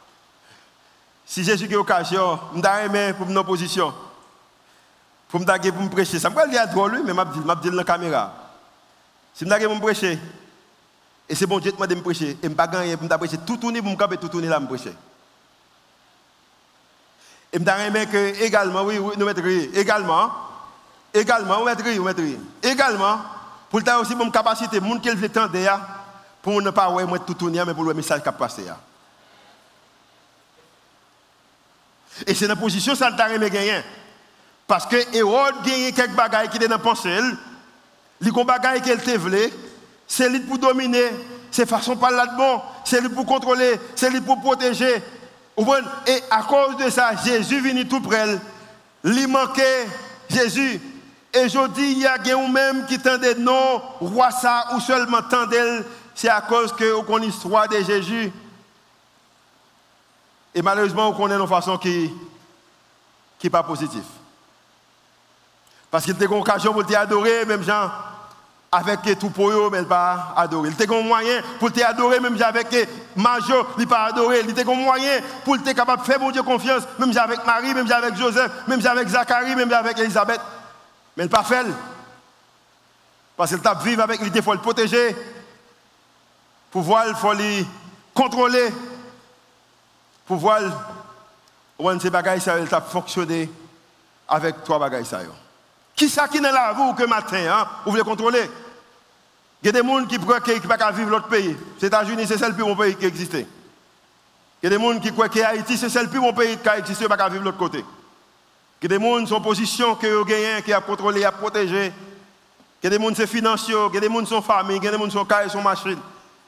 si Jésus a occasion, je vais aimé pour une opposition. Pour me prêcher. Ça me dire drôle, mais je vais dire dans la caméra. Si je vais me prêcher, et c'est bon Dieu qui m'a dit de me prêcher. Et je ne vais pas gagner pour me prêcher. Tout tourner pour me camper, tout tourner là, me prêcher. Et je vais que également, oui, nous mettre également, vous mettre également, pour le aussi pour une capacité, les gens qui veulent tendre, pour ne pas voir tout tourner, mais pour le message qui a passé. Et c'est dans la position ça ne t'a jamais gagné. Parce que Hérode gagne quelques bagailles qui étaient dans la pensée. Les bagailles qu'elle te voulait. C'est lui pour dominer, c'est façon pas là de bon, c'est lui pour contrôler, c'est lui pour protéger. Et à cause de ça, Jésus vient tout près. Il manquait Jésus. Et je dis, il y a quelqu'un même qui tendait non, roi ça, ou seulement tendait, c'est à cause que on connaît l'histoire de Jésus. Et malheureusement, on connaît une façon qui n'est pas positive. Parce qu'il était une occasion pour t'adorer, même gens. Avec tout pour eux, mais il n'a pas adoré. Il était un moyen pour te adorer, même avec Major, il n'a pas adoré. Il était un moyen pour te capable de faire mon Dieu confiance, même avec Marie, même avec Joseph, même avec Zacharie, même avec Elisabeth. Mais il n'a pas fait. Parce qu'il t'a vivre avec lui, il faut le protéger. Pouvoir, il faut le contrôler. Pouvoir, ces bagages, il t'a fonctionné avec 3 bagages. Qui ça qui est là, vous, que matin, vous voulez contrôler? Il y a des gens qui croient qu'ils ne peuvent pas vivre dans l'autre pays. Les États-Unis, c'est le plus bon pays qui existait. Il y a des gens qui croient que Haïti, c'est le plus bon pays qui existé, ils ne peuvent pas vivre de l'autre côté. Il y a des gens qui sont en position, qui ont gagné, qui ont contrôlé, qui ont protégé. Il y a des gens qui sont financiers, il y a des gens qui sont famille, il y a des gens qui sont carrés, qui sont machines.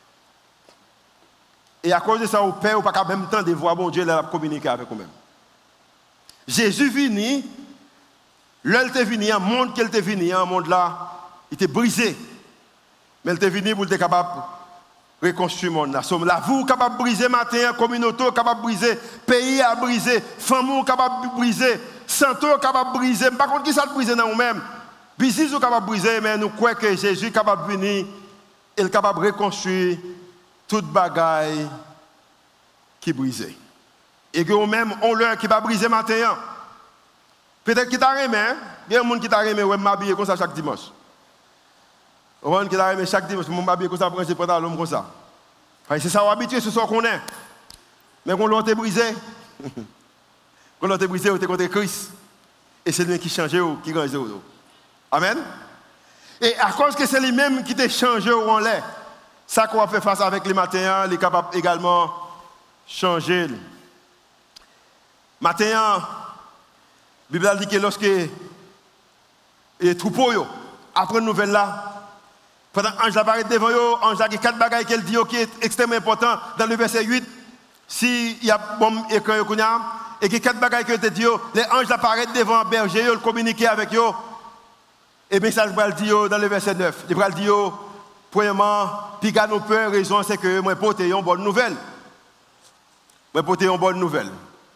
Et à cause de ça, au Père, on n'a pas même temps de voir bon Dieu là communiquer avec nous-mêmes. Jésus venu, là il était venu, un monde qu'il était venu, un monde là, il était brisé. Mais il était venu pour être capable de reconstruire le monde. La vie est capable de briser matin, la communauté est capable de briser, le pays a brisé, la famille est capable de briser, la santé est capable de briser. Par contre, qui ça briser dans nous-mêmes? Le business est capable de briser, mais nous croyons que Jésus est capable de venir, il est capable de reconstruire toute bagaille qui est brisée. Et que vous-même, on leur qui va briser matin. Peut-être qu'il t'a remis, il y a des gens qui t'a remis, ouais, m'habiller comme ça chaque dimanche. Il y a des gens qui t'a remis chaque dimanche, je m'habille comme ça, je prends pantalon comme ça. C'est ça, on est habitué, c'est ça qu'on est. Mais quand l'on est brisé, quand l'on est brisé, on est contre Christ. Et c'est lui qui change, qui range. Amen. Et à cause que c'est lui-même qui t'a changé où on l'est, ça qu'on va faire face avec les matins, il est capable également changer. Matin, la Bible dit que lorsque les troupeaux apprennent une nouvelle là, pendant que l'ange apparaît devant eux, l'ange a 4 bagages qu'elle dit qui est extrêmement important dans le verset 8. S'il y a bon écran et que 4 bagages qui dit, les anges apparaissent devant le berger, ils communiquent avec eux. Et bien ça va le dire dans le verset 9. Il va le dire, premièrement, puis quand nous peur, raison c'est que moi porte une bonne nouvelle. Moi porte une bonne nouvelle.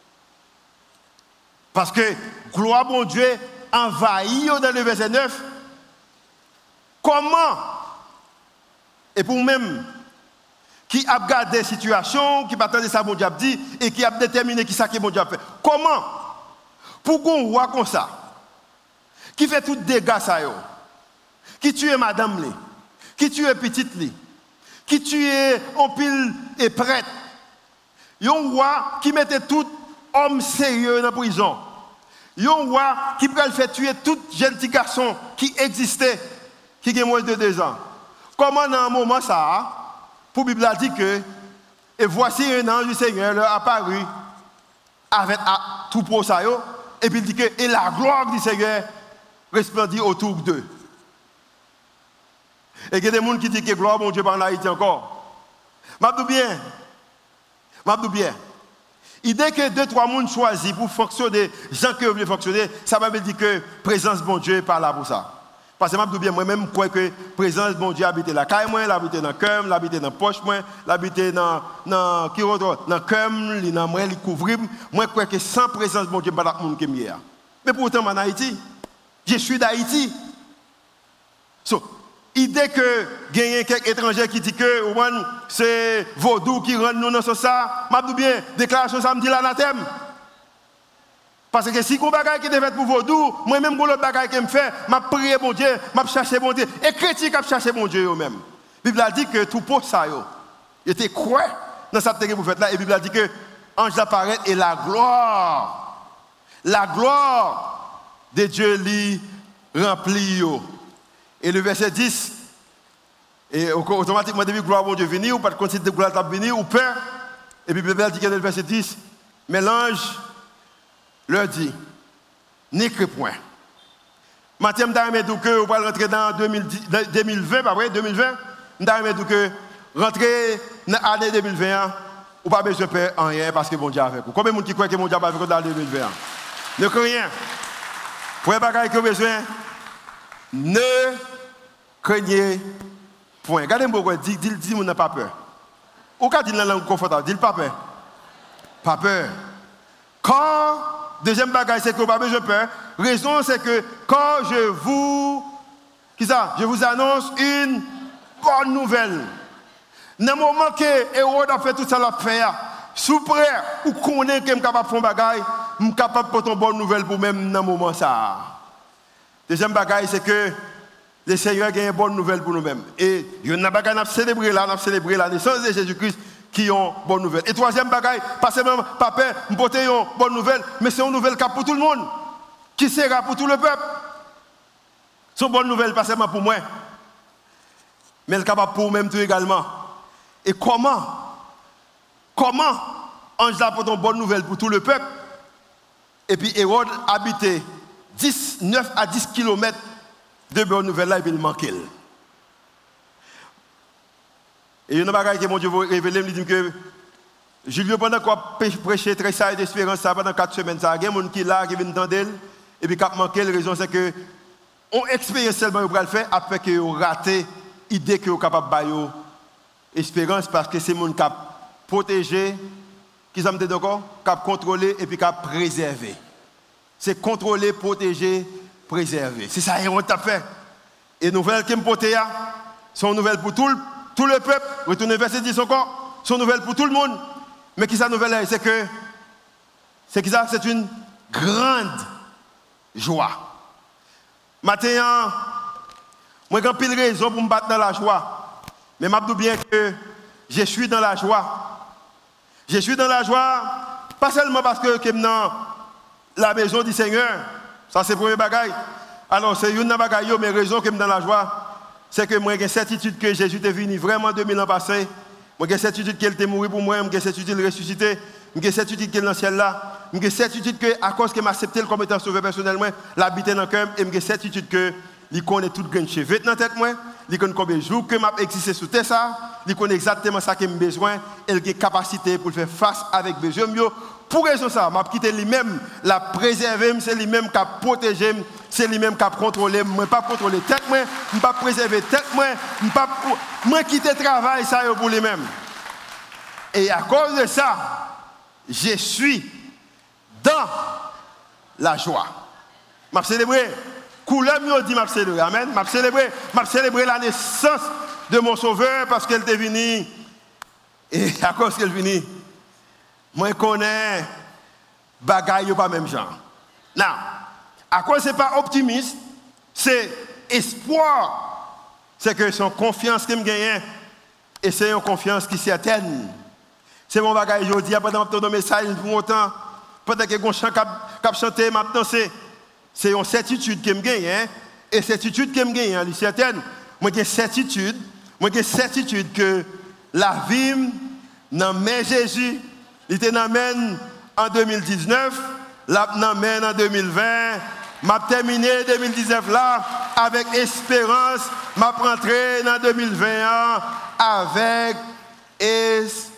Parce que gloire mon Dieu envahit dans le verset 9. Comment? Et pour même qui a gardé la situation, qui attendait ça mon Dieu dit et qui a déterminé qui ça que mon Dieu fait. Comment? Pour qu'on voit comme ça, qui fait tout dégâts ça yo, qui tue madame li, qui tue petite li, qui tue en pile et prêtre. Yon roi qui mettait tout homme sérieux dans la prison. Yon roi qui peut faire tuer tout jeune petit garçon qui existait, qui a moins de 2 ans. Comment dans un moment ça, pour la Bible a dit que, et voici un ange du Seigneur leur apparu avec tout pour ça, et puis il dit que, et la gloire du Seigneur resplendit autour d'eux. Et il y a des gens qui disent que gloire mon Dieu par en Haïti encore. M'abdou bien. Idée que 2-3 personnes choisissent pour fonctionner, gens qui veulent fonctionner, ça veut dire que la présence de mon Dieu est pas là pour ça. Parce que m'abdou bien, moi-même, je crois que la présence de mon Dieu habite là. Quand moi, l'habite dans le cœur, l'habite dans la poche, l'habite dans le cœur, dans moi, il couvre. Moi, je crois que sans présence de mon Dieu, il n'y a pas de monde qui est meilleur. Mais pourtant, en Haïti, je suis d'Haïti. Idée que il y a quelques étrangers qui disent que c'est vaudou qui rend nous dans ce ça, m'abdou bien, déclaration ça me dit l'anathème. Parce que si on bagaille qui est fait pour vaudou, moi-même pour l'autre bagaille qui me fait, m'a prié mon Dieu, m'a cherché mon Dieu. Et chrétien qui a cherché mon Dieu eux-mêmes. La Bible a dit que tout pour ça, il était quoi dans cette terre que vous faites là. Et la Bible a dit que l'ange apparaît et la gloire de Dieu lui remplit. Et le verset 10, et automatiquement, depuis gloire mon Dieu venir, ou pas de quantité de gloire à venir, ou peur. Et puis la Bible dit que dans le verset 10, mais l'ange leur dit, n'écris point. Mathieu, je vais dire que vous allez rentrer dans 2020, pas vrai, 2020. Je vais dire que rentrer dans l'année 2021, vous n'avez pas besoin de faire rien parce que mon Dieu est avec vous. Combien de gens qui croient que mon Dieu est avec vous dans l'année 2021? Ne craignez rien. Pour les bagages que vous avez besoin, ne craignez point. Regardez-moi, dis, vous n'avez pas peur. Ou quand dit dans la langue confortable, dis pas peur. Pas peur. Quand, deuxième bagage, c'est que vous n'avez pas besoin de peur. Raison, c'est que quand je vous annonce une bonne nouvelle. Dans le moment que Hérode a fait tout ça, l'a fait, sous prêt, ou connaît que je suis capable de faire un bagage, je suis capable de porter une bonne nouvelle pour même dans le moment ça. Deuxième bagage, c'est que le Seigneur a une bonne nouvelle pour nous-mêmes. Et il y a un bagage à célébrer là, la naissance de Jésus-Christ qui ont une bonne nouvelle. Et troisième bagage, pas seulement papa, me porter une bonne nouvelle, mais c'est une nouvelle cap pour tout le monde, qui sera pour tout le peuple. C'est une bonne nouvelle, pas seulement pour moi, mais elle est capable pour même tout également. Et comment Ange apporte une bonne nouvelle pour tout le peuple, et puis Hérode habitait 9 à 10 km de bonne nouvelle là, et puis il manquait. Et il y a une chose que mon Dieu veut révéler, il dit que Julien, pendant qu'on prêché très sage d'espérance pendant 4 semaines, il y a des gens qui là, qui viennent entendre, et puis qui ont manqué, la raison c'est que on expérience seulement pour le faire, après que vous ratez l'idée que vous êtes capable de faire espérance, parce que c'est mon cap protéger, qui s'en d'accord, cap contrôler et puis cap préserver. C'est contrôler, protéger, préserver. C'est ça qu'on a fait. Et nouvelle qui me porte, sont nouvelles pour tout le peuple. Retournez verset 10 encore. Sont nouvelles pour tout le monde. Mais qui sa nouvelle c'est que C'est que ça, c'est une grande joie. Maintenant, moi, j'ai pile raison pour me battre dans la joie. Mais je dis bien que je suis dans la joie. Je suis dans la joie, pas seulement parce que je suis dans la maison du Seigneur. Ça, c'est le premier bagage. Alors, c'est une bagage, mais la raison que je suis dans la joie, c'est que moi, j'ai certitude que Jésus est venu vraiment 2000 ans passés. Moi, j'ai certitude qu'il est mort pour moi. J'ai certitude qu'il est ressuscité. J'ai certitude qu'il est dans le ciel là. J'ai certitude qu'à cause qu'il m'a accepté comme étant sauveur personnellement, l'habiter dans le cœur. Et j'ai certitude que il connaît tout grain de cheveux dans la tête moi. Il connaît combien de jours que m'a existé sous terre ça. Il connaît exactement ça que j'ai besoin. Et il a capacité pour faire face avec besoin. Pour raison ça, m'a quitté lui-même, la préserver, c'est lui-même qui a protégé, c'est lui-même qui a contrôlé. Moi pas contrôler tête moi, pas préserver tête moi, moi quitter travail ça pour lui-même. Et à cause de ça, je suis dans la joie. M'a célébré. Couleur me dit m'a célébré. Amen. M'a célébré la naissance de mon sauveur parce qu'elle est venue. Et à cause qu'elle est venue, moi je connais bagaille pas même genre. Non. À cause c'est pas optimiste, c'est espoir. C'est que son confiance qui me gagne et c'est une confiance qui est certaine. C'est mon bagage aujourd'hui, pendant que je message pour longtemps, pendant que je chante cap chanter, maintenant c'est une certitude qui me gagne et certitude qui me gagne, elle est certaine. Moi j'ai certitude que la vie dans main Jésus, il te n'amène en 2019, la n'amène en 2020, m'a terminé 2019 là avec espérance, m'a rentré en 2021 avec espérance.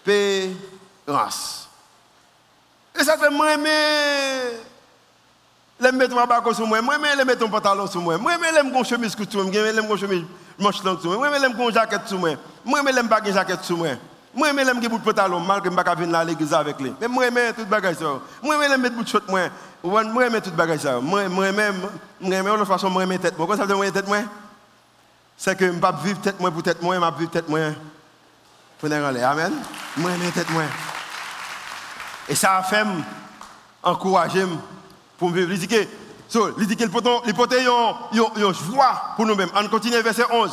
Et ça fait moi aimer les mettre ma bague sur moi, moi les mettre un pantalon sur moi, moi les mettre une chemise sur moi, moi les mettre une manche longue sur moi, moi les mettre une jaquette sur moi, moi les mettre une jaquette sur moi. Moi les mettre un pantalon malgré que je ne vais pas venir à l'église avec lui. Mais moi les tout bagage ça. Moi les mettre bout short moi, moi les tout bagage ça. Moi même de toute façon moi mes tête. Pourquoi ça veut dire tête moi? C'est que je ne pas vivre tête moi pour tête moi, je vivre tête moi. Pour aller. Amen. Moi mes tête moi. Et ça a fait encourager pour me vivre. Il dit que le poteau yon joie pour nous-mêmes. On continue verset 11.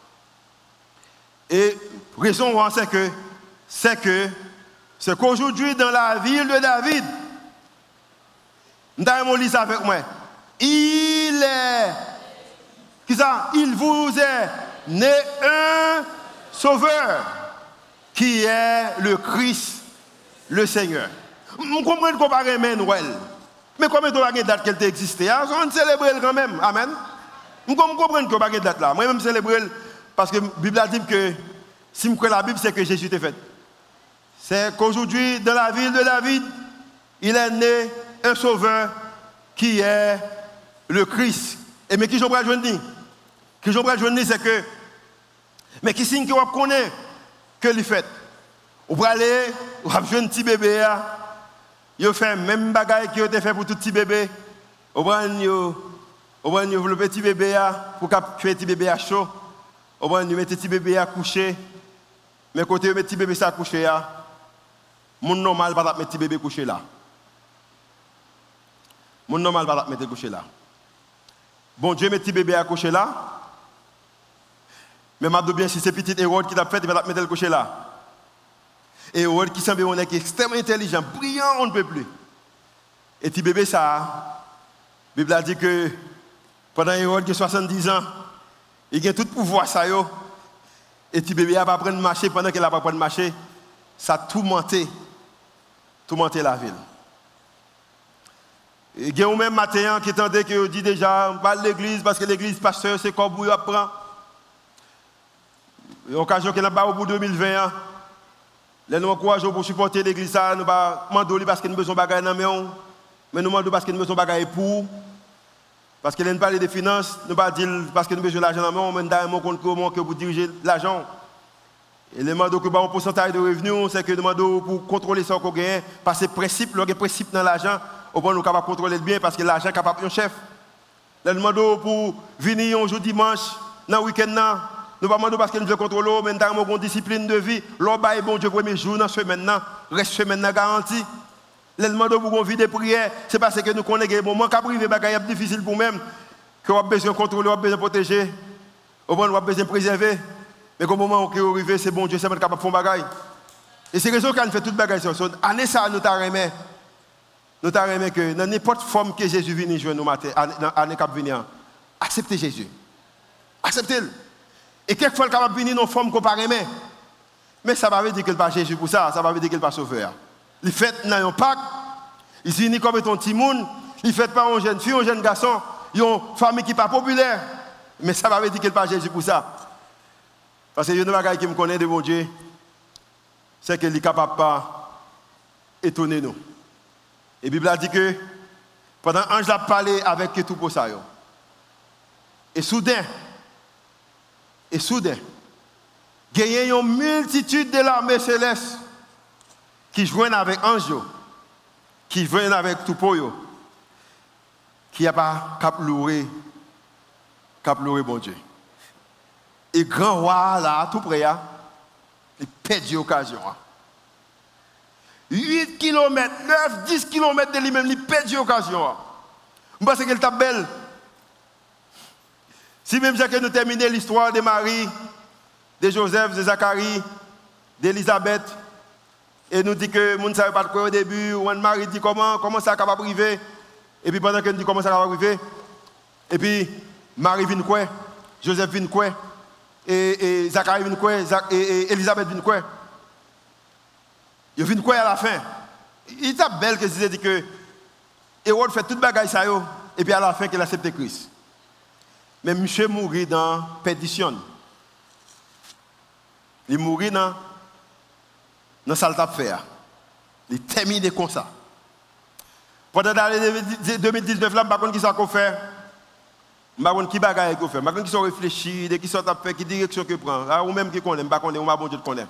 Et raison c'est qu'aujourd'hui dans la ville de David, nous lisons ça avec moi. Il vous est né un sauveur qui est le Christ, le Seigneur. Nous comprenons qu'on va remettre Noël. Mais combien de temps de date qu'elle existait? On célèbre quand même. Amen. Nous comprenons qu'on va de date là. Moi-même célèbre parce que la Bible a dit que si je crois la Bible, c'est que Jésus est fait. C'est qu'aujourd'hui, dans la ville de David, il est né un sauveur qui est le Christ. Et mais qui je vais joindre? Qui je vais joindre, c'est que, mais qui signe que vous connaissez que il fait? Vous allez, vous avez un petit bébé, vous fait même bagaille qui a été fait pour tout petit bébé. Vous avez le petit bébé pour faire le petit bébé à chaud. Vous avez le petit bébé à coucher. Mais quand vous mettez le petit bébé à coucher, mon normal va mettre le petit bébé couché là. Mon normal va mettre le couché là. Bon Dieu met le petit bébé à coucher là. Mais je dis bien si c'est petit Hérode qui t'a fait, il va mettre le coucher là. Et Hérode qui semble extrêmement intelligent, brillant, on ne peut plus. Et petit bébé ça, la Bible a dit que pendant Hérode qui a 70 ans, il a tout pouvoir ça yo. Et petit bébé n'a pas apprendre à marcher pendant qu'il n'a pas appris à marcher, ça a tourmenté la ville. Et il y a même matin qui entendait que dit déjà, on parle de l'église parce que l'église pasteur c'est comme vous apprend. L'occasion qu'il n'a pas au bout de 2020. Nous encourageons pour supporter l'église, nous ne demandons pas parce que nous avons besoin de bagages dans la mais nous demandons parce que nous avons besoin de bagages pour. Parce que nous parlons des finances, nous ne pas dire parce que nous avons besoin d'argent dans la main, mais nous avons un compte comment que vous dirigez l'argent. Et nous demandons que un pourcentage de revenus, c'est que nous demandons pour contrôler ce qu'on gagne, parce que le principe dans l'argent, nous sommes capables de contrôler le bien parce que l'argent est capable de chef. Nous demandons pour venir un jour dimanche, dans le week-end. Nous ne demandons pas parce que nous devons contrôler, mais nous avons une discipline de vie. L'on va bon Dieu premier jour dans la semaine, reste semaine garantie. Les demandes pour une vie de prière, c'est parce que nous connaissons des moments qui arrivent, c'est difficile pour nous-mêmes, que nous avons besoin de contrôler, nous avons besoin de protéger, nous avons besoin de préserver. Mais au moment où nous arrivons, c'est bon Dieu, c'est capable de faire des choses. Et c'est la raison qu'on fait toutes les choses. Année ça, nous t'arrêtons. Nous t'arrêtons que dans n'importe forme que Jésus vienne jouer nous matin, année qui venir, acceptez Jésus. Acceptez-le. Et quelquefois, il est capable de venir dans une forme qu'on ne pas. Mais ça ne veut pas dire qu'il n'est pas Jésus pour ça, ça ne veut pas dire qu'il n'est pas sauveur. Il fait dans un pacte, il s'unit comme un petit monde, il fait pas une jeune fille, un jeune garçon, il y a une famille qui n'est pas populaire. Mais ça ne veut pas dire qu'il n'est pas Jésus pour ça. Parce que il y a une chose qui me connaît de mon Dieu, c'est qu'il est capable de pas étonner nous. Et la Bible a dit que pendant l'ange a parlé avec tout pour ça. Et soudain, il y a une multitude de l'armée céleste qui joignent avec ange, qui viennent avec tout pour eux, qui n'a pas cap louer bon Dieu. Et grand roi là, tout près, il perd l'occasion. 8 km, 9, 10 km de lui-même, il perd l'occasion. Je pense qu'elle est belle. Si même j'ai que nous terminer l'histoire de Marie, de Joseph, de Zacharie, d'Élisabeth, et nous dit que nous ne savons pas de quoi au début, ou Marie dit comment ça va arriver, et puis pendant qu'elle dit comment ça va arriver, et puis Marie vient quoi, Joseph vient quoi, et Zacharie vient quoi, et Élisabeth vient quoi. Il vient quoi à la fin. Il est belle que je dit que Hérode fait toute bagaille ça, et puis à la fin qu'il accepte Christ. Mais monsieur mourit dans perdition. Il mourit dans ça le faire. Il termine comme ça. Pendant l'année 2019, là, je ne sais pas qui ça qu'on fait. Je ne sais pas qui bagaille qu'on fait. Je ne sais pas qui sont réfléchis, qui sont fait, qui direction que prend. Ou même qui connaît, je ne sais pas on va bon Dieu connaît.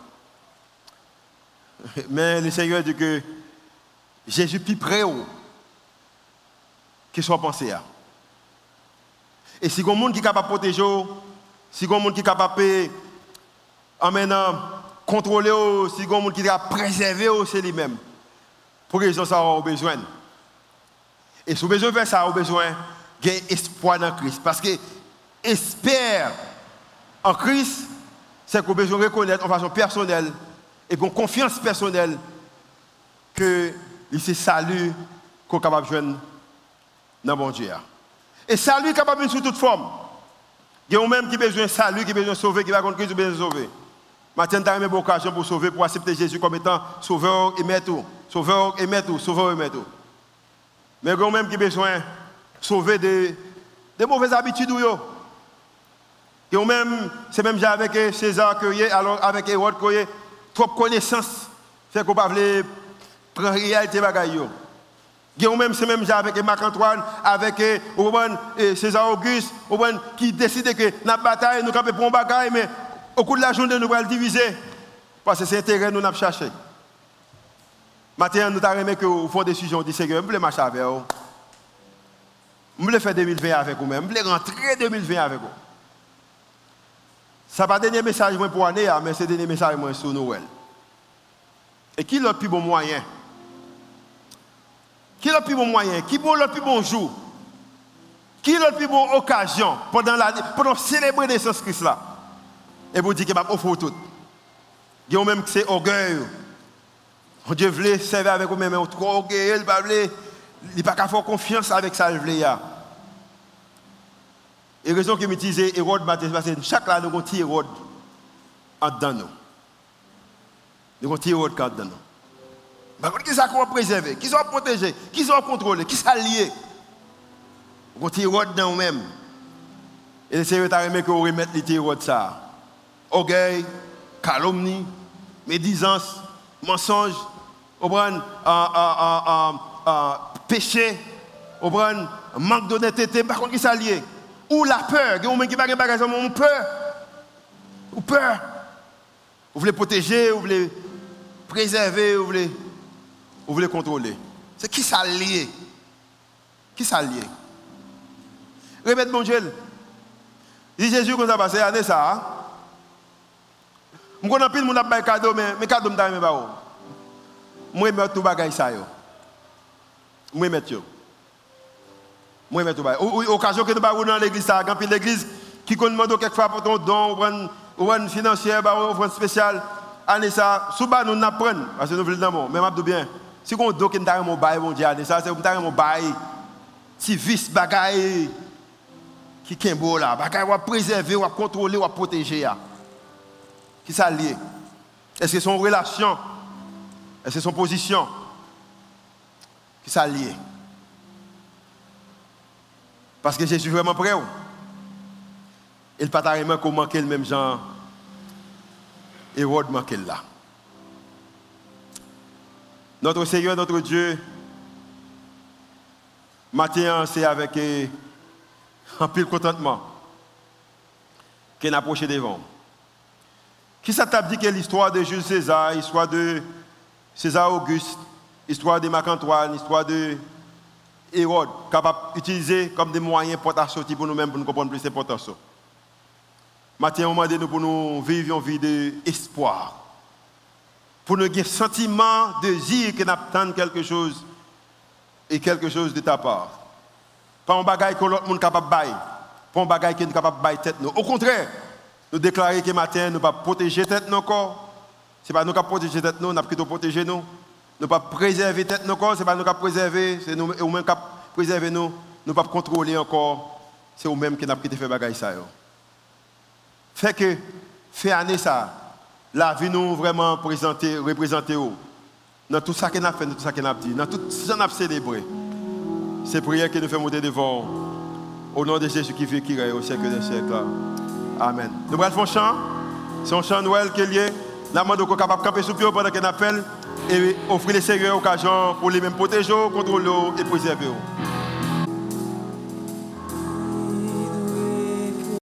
Mais le Seigneur dit que Jésus plus près qu'il soit pensé à. Et si il y a un monde qui est capable de protéger, si il y a un monde qui est capable de contrôler, si il y a un monde qui est capable de préserver, c'est lui-même. Pour que les gens aient besoin. Et si vous avez besoin de faire ça, vous avez besoin d'espoir dans Christ. Parce que espère en Christ, c'est que vous avez besoin de reconnaître en façon personnelle et pour confiance personnelle que c'est salut qu'on est capable de joindre dans mon Dieu. Et salut est capable de venir sous toute forme. Il y a même qui a besoin de salut, qui a besoin de sauver, qui va contre Christ, qui a besoin de sauver. Maintenant, tu as une occasion pour sauver, pour accepter Jésus comme étant sauveur et maître. Sauveur et maître, sauveur et maître. Mais il y a même qui a besoin de sauver des mauvaises habitudes. Et même, c'est même avec César, alors avec Hérode, trop de connaissances, fait qu'on ne peut pas prendre réalité bagaille. Et même, c'est même avec Marc-Antoine, avec César Auguste, qui décide que notre bataille, nous camper pour une bagaille, mais au cours de la journée, nous allons le diviser. Parce que c'est intérêt que nous avons cherché. Maintenant, nous avons aimé que vous faites des décisions, on dit Seigneur, je voulais marcher avec vous. Je voulais faire 2020 avec vous-même, je voulais rentrer 2020 avec vous. Ça va pas dernier message pour l'année, mais c'est le dernier message sur Noël. Et qui est le plus bon moyen? Qui est le plus bon moyen? Qui est le plus bon jour? Qui est le plus bon occasion pendant célébrer la naissance de Christ là? Et vous dites que je vais offrir tout. Il y a même que c'est orgueil. Dieu voulait servir avec vous-même, mais trop orgueilleux, il n'a pas qu'à faire confiance avec ça. Et la raison que je disais Hérode, parce que chaque année, nous avons un petit Hérode en dedans nous. Nous avons un petit Hérode en dedans nous. Qui ça qu'on va préserver, qui ça va protéger, qui ça va contrôler, qui ça lié. Nous avons un petit Hérode dans nous-mêmes. Et le Seigneur t'a aimé que vous remettez les petits Hérode ça. Orgueil, calomnie, médisance, mensonge, péché, manque d'honnêteté, par contre qui ça lié. Ou la peur, il y a des gens qui ne ont pas peur. Ou peur. Vous voulez protéger, vous voulez préserver, vous voulez contrôler. C'est qui ça lié? Qui ça lié? Répète mon Dieu. Dis Jésus qu'on a passé l'année ça. Je connais plus le monde qui a des cadeaux, mais cadeaux je ne sais pas. Moi, je tout bagaille ça. Moi mettre yo. Moi mettre au occasion que nous avons dans l'église ça, quand l'église qui qu'on demande quelquefois pour ton don ou une financière ou une spéciale année ça sous bas nous n'apprendre parce que nous voulons d'amour mais m'a bien si on don que nous t'arrête mon bail mon Dieu année ça c'est nous t'arrête mon bail si vice bagaille qui kembo là bagaille va préserver va contrôler va protéger qui ça lié est-ce que son relation est-ce que son position qui ça lié parce que Jésus vraiment prêt il pas tellement qu'on manquer le même genre Hérode manquait là. Notre Seigneur, notre Dieu, matin, c'est avec un pile contentement qu'il approche devant. Qui ça t'a dit que l'histoire de Jules César, l'histoire de César Auguste, l'histoire de Marc-Antoine, l'histoire de Hérode, capable d'utiliser comme des moyens pour sortir pour nous-mêmes, pour nous comprendre plus l'importance. Matin, on m'a dit pour nous vivre une vie d'espoir. Pour nous avoir un sentiment de dire que nous attendons quelque chose et quelque chose de ta part. Pas un bagage que l'autre monde est capable de bailler. Pas un bagage que nous sommes capables de bailler tête. Au contraire, nous déclarer que matin, nous ne pouvons pas protéger tête nos corps. Ce n'est pas nous qui protéger tête nous, nous plutôt protéger nous. Nous ne pouvons pas préserver tête nos corps, ce n'est pas nous qui préserver, c'est nous-mêmes qui préserver nous. Nous ne pouvons pas contrôler encore, c'est nous-mêmes qui avons fait bagage ça. Fait que, fait année ça, la vie nous vraiment représenter dans tout ça qu'on a fait, dans tout ça qu'on a dit, dans tout ça qu'on a célébré. C'est prière que nous faisons monter devant, au nom de Jésus qui vit, qui règne au siècle des siècles. Amen. Nous allons faire un chant, c'est un chant Noël qui est lié. Nous demandons qu'on soit capable de camper sous pied pendant qu'on appelle et offrir les seigneurs occasion pour les mêmes protéger, contrôler et préserver.